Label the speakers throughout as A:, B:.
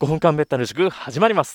A: 5分間メンタル塾始まります。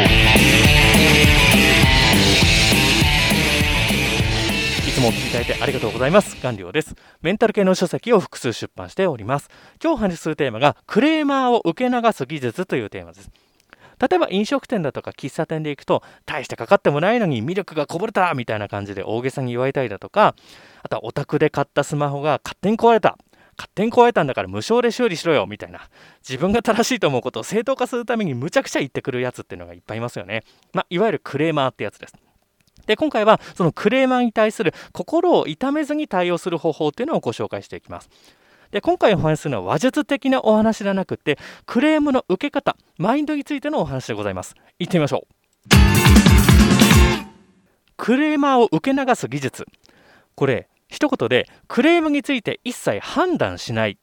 A: いつもお聞きいただいてありがとうございます。元良です。メンタル系の書籍を複数出版しております。今日お話しするテーマがクレーマーを受け流す技術というテーマです。例えば飲食店だとか喫茶店で行くと、大してかかってもないのに魅力がこぼれたみたいな感じで大げさに言われたりだとか、あとはお宅で買ったスマホが勝手に壊れたんだから無償で修理しろよみたいな、自分が正しいと思うことを正当化するためにむちゃくちゃ言ってくるやつっていうのがいっぱいいますよね。いわゆるクレーマーってやつです。で、今回はそのクレーマーに対する心を痛めずに対応する方法っていうのをご紹介していきます。で、今回お話しするのは話術的なお話ではなくて、クレームの受け方、マインドについてのお話でございます。行ってみましょう。クレーマーを受け流す技術、これ一言でクレームについて一切判断しない。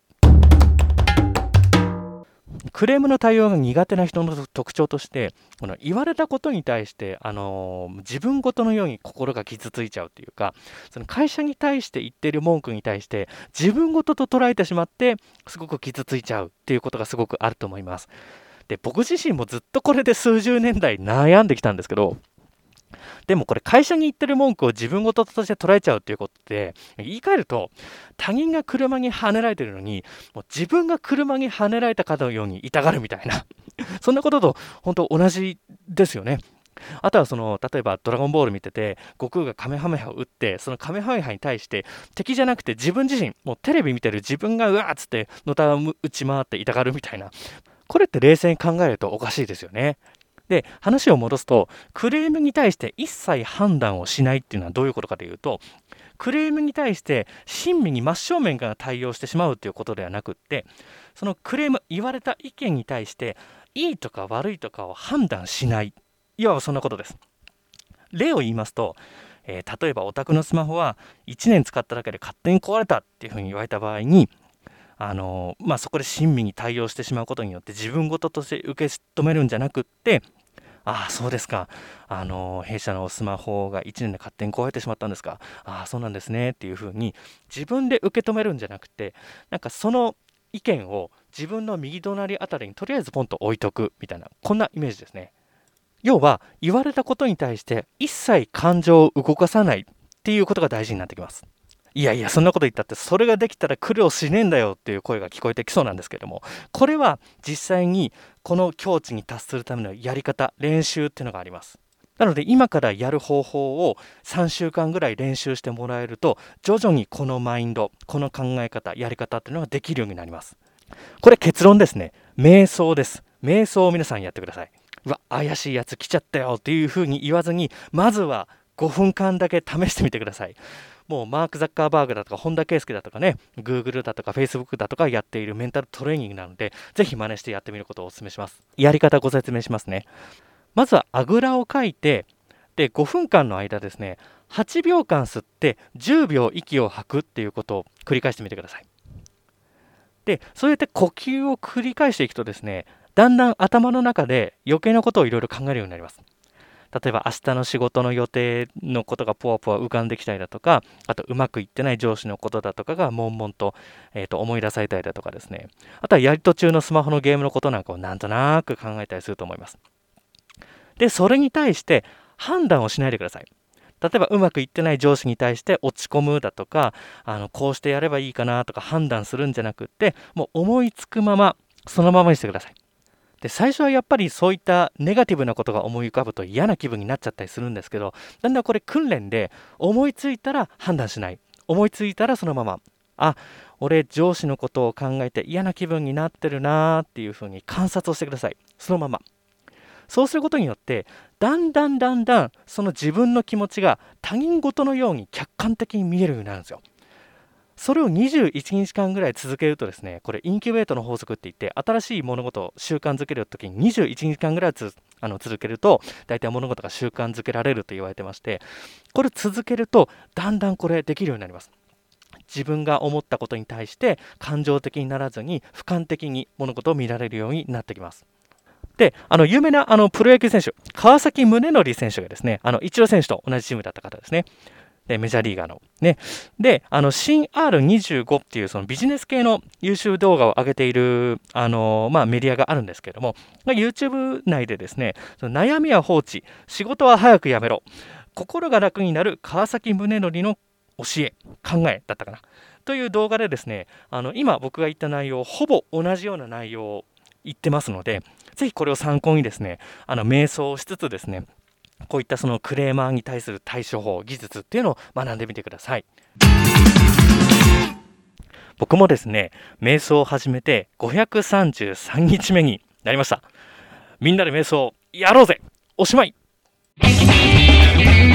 A: クレームの対応が苦手な人の特徴として、この言われたことに対して、自分ごとのように心が傷ついちゃうというか、その会社に対して言っている文句に対して自分ごとと捉えてしまってすごく傷ついちゃうっていうことがすごくあると思います。で、僕自身もずっとこれで数十年代悩んできたんですけど、でもこれ会社に言ってる文句を自分ごととして捉えちゃうっていうことで、言い換えると他人が車にはねられてるのに、もう自分が車にはねられたかのように痛がるみたいなそんなことと本当同じですよね。あとは例えばドラゴンボール見てて悟空がカメハメハを打って、そのカメハメハに対して敵じゃなくて自分自身、もうテレビ見てる自分がうわーっつってのた打ち回って痛がるみたいな、これって冷静に考えるとおかしいですよね。で、話を戻すと、クレームに対して一切判断をしないっていうのはどういうことかというと、クレームに対して親身に真正面から対応してしまうということではなくって、そのクレーム、言われた意見に対していいとか悪いとかを判断しない、いわばそんなことです。例を言いますと、例えばお宅のスマホは1年使っただけで勝手に壊れたっていうふうに言われた場合に、そこで親身に対応してしまうことによって自分事として受け止めるんじゃなくって、ああそうですか、弊社のスマホが1年で勝手に壊れてしまったんですか、ああそうなんですねっていうふうに自分で受け止めるんじゃなくて、なんかその意見を自分の右隣あたりにとりあえずポンと置いとくみたいな、こんなイメージですね。要は言われたことに対して一切感情を動かさないっていうことが大事になってきます。いやいや、そんなこと言ったってそれができたら苦労しねえんだよっていう声が聞こえてきそうなんですけども、これは実際にこの境地に達するためのやり方、練習っていうのがあります。なので今からやる方法を3週間ぐらい練習してもらえると、徐々にこのマインド、この考え方、やり方っていうのができるようになります。これ結論ですね。瞑想です。瞑想を皆さんやってください。うわ、怪しいやつ来ちゃったよっていうふうに言わずに、まずは5分間だけ試してみてください。もうマーク・ザッカーバーグだとか本田圭佑だとかね、Google だとか Facebook だとかやっているメンタルトレーニングなので、ぜひ真似してやってみることをお勧めします。やり方ご説明しますね。まずはあぐらをかいて、で5分間の間ですね、8秒間吸って10秒息を吐くっていうことを繰り返してみてください。で、そうやって呼吸を繰り返していくとですね、だんだん頭の中で余計なことをいろいろ考えるようになります。例えば明日の仕事の予定のことがポワポワ浮かんできたりだとか、あとうまくいってない上司のことだとかが悶々と、思い出されたりだとかですね、あとはやり途中のスマホのゲームのことなんかをなんとなく考えたりすると思います。で、それに対して判断をしないでください。例えばうまくいってない上司に対して落ち込むだとか、こうしてやればいいかなとか判断するんじゃなくって、もう思いつくままそのままにしてください。で、最初はやっぱりそういったネガティブなことが思い浮かぶと嫌な気分になっちゃったりするんですけど、だんだんこれ訓練で、思いついたら判断しない、思いついたらそのまま、あ、俺上司のことを考えて嫌な気分になってるなーっていうふうに観察をしてください。そのまま。そうすることによって、だんだんその自分の気持ちが他人事のように客観的に見えるようになるんですよ。それを21日間ぐらい続けるとですね、これインキュベートの法則って言って、新しい物事を習慣づけるときに21日間ぐらい続けると、大体物事が習慣づけられると言われてまして、これ続けるとだんだんこれできるようになります。自分が思ったことに対して感情的にならずに俯瞰的に物事を見られるようになってきます。で、有名なプロ野球選手、川崎宗則選手がですね、イチロー選手と同じチームだった方ですね。 でメジャーリーガーのね。で、新 R25 っていうそのビジネス系の優秀動画を上げているメディアがあるんですけれども、YouTube 内でですね、その悩みは放置、仕事は早くやめろ、心が楽になる川崎宗則の教え、考えだったかなという動画でですね、今僕が言った内容、ほぼ同じような内容を言ってますので、ぜひこれを参考にですね、瞑想をしつつですね、こういったそのクレーマーに対する対処法、技術っていうのを学んでみてください。僕もですね、瞑想を始めて533日目になりました。みんなで瞑想やろうぜ。おしまい。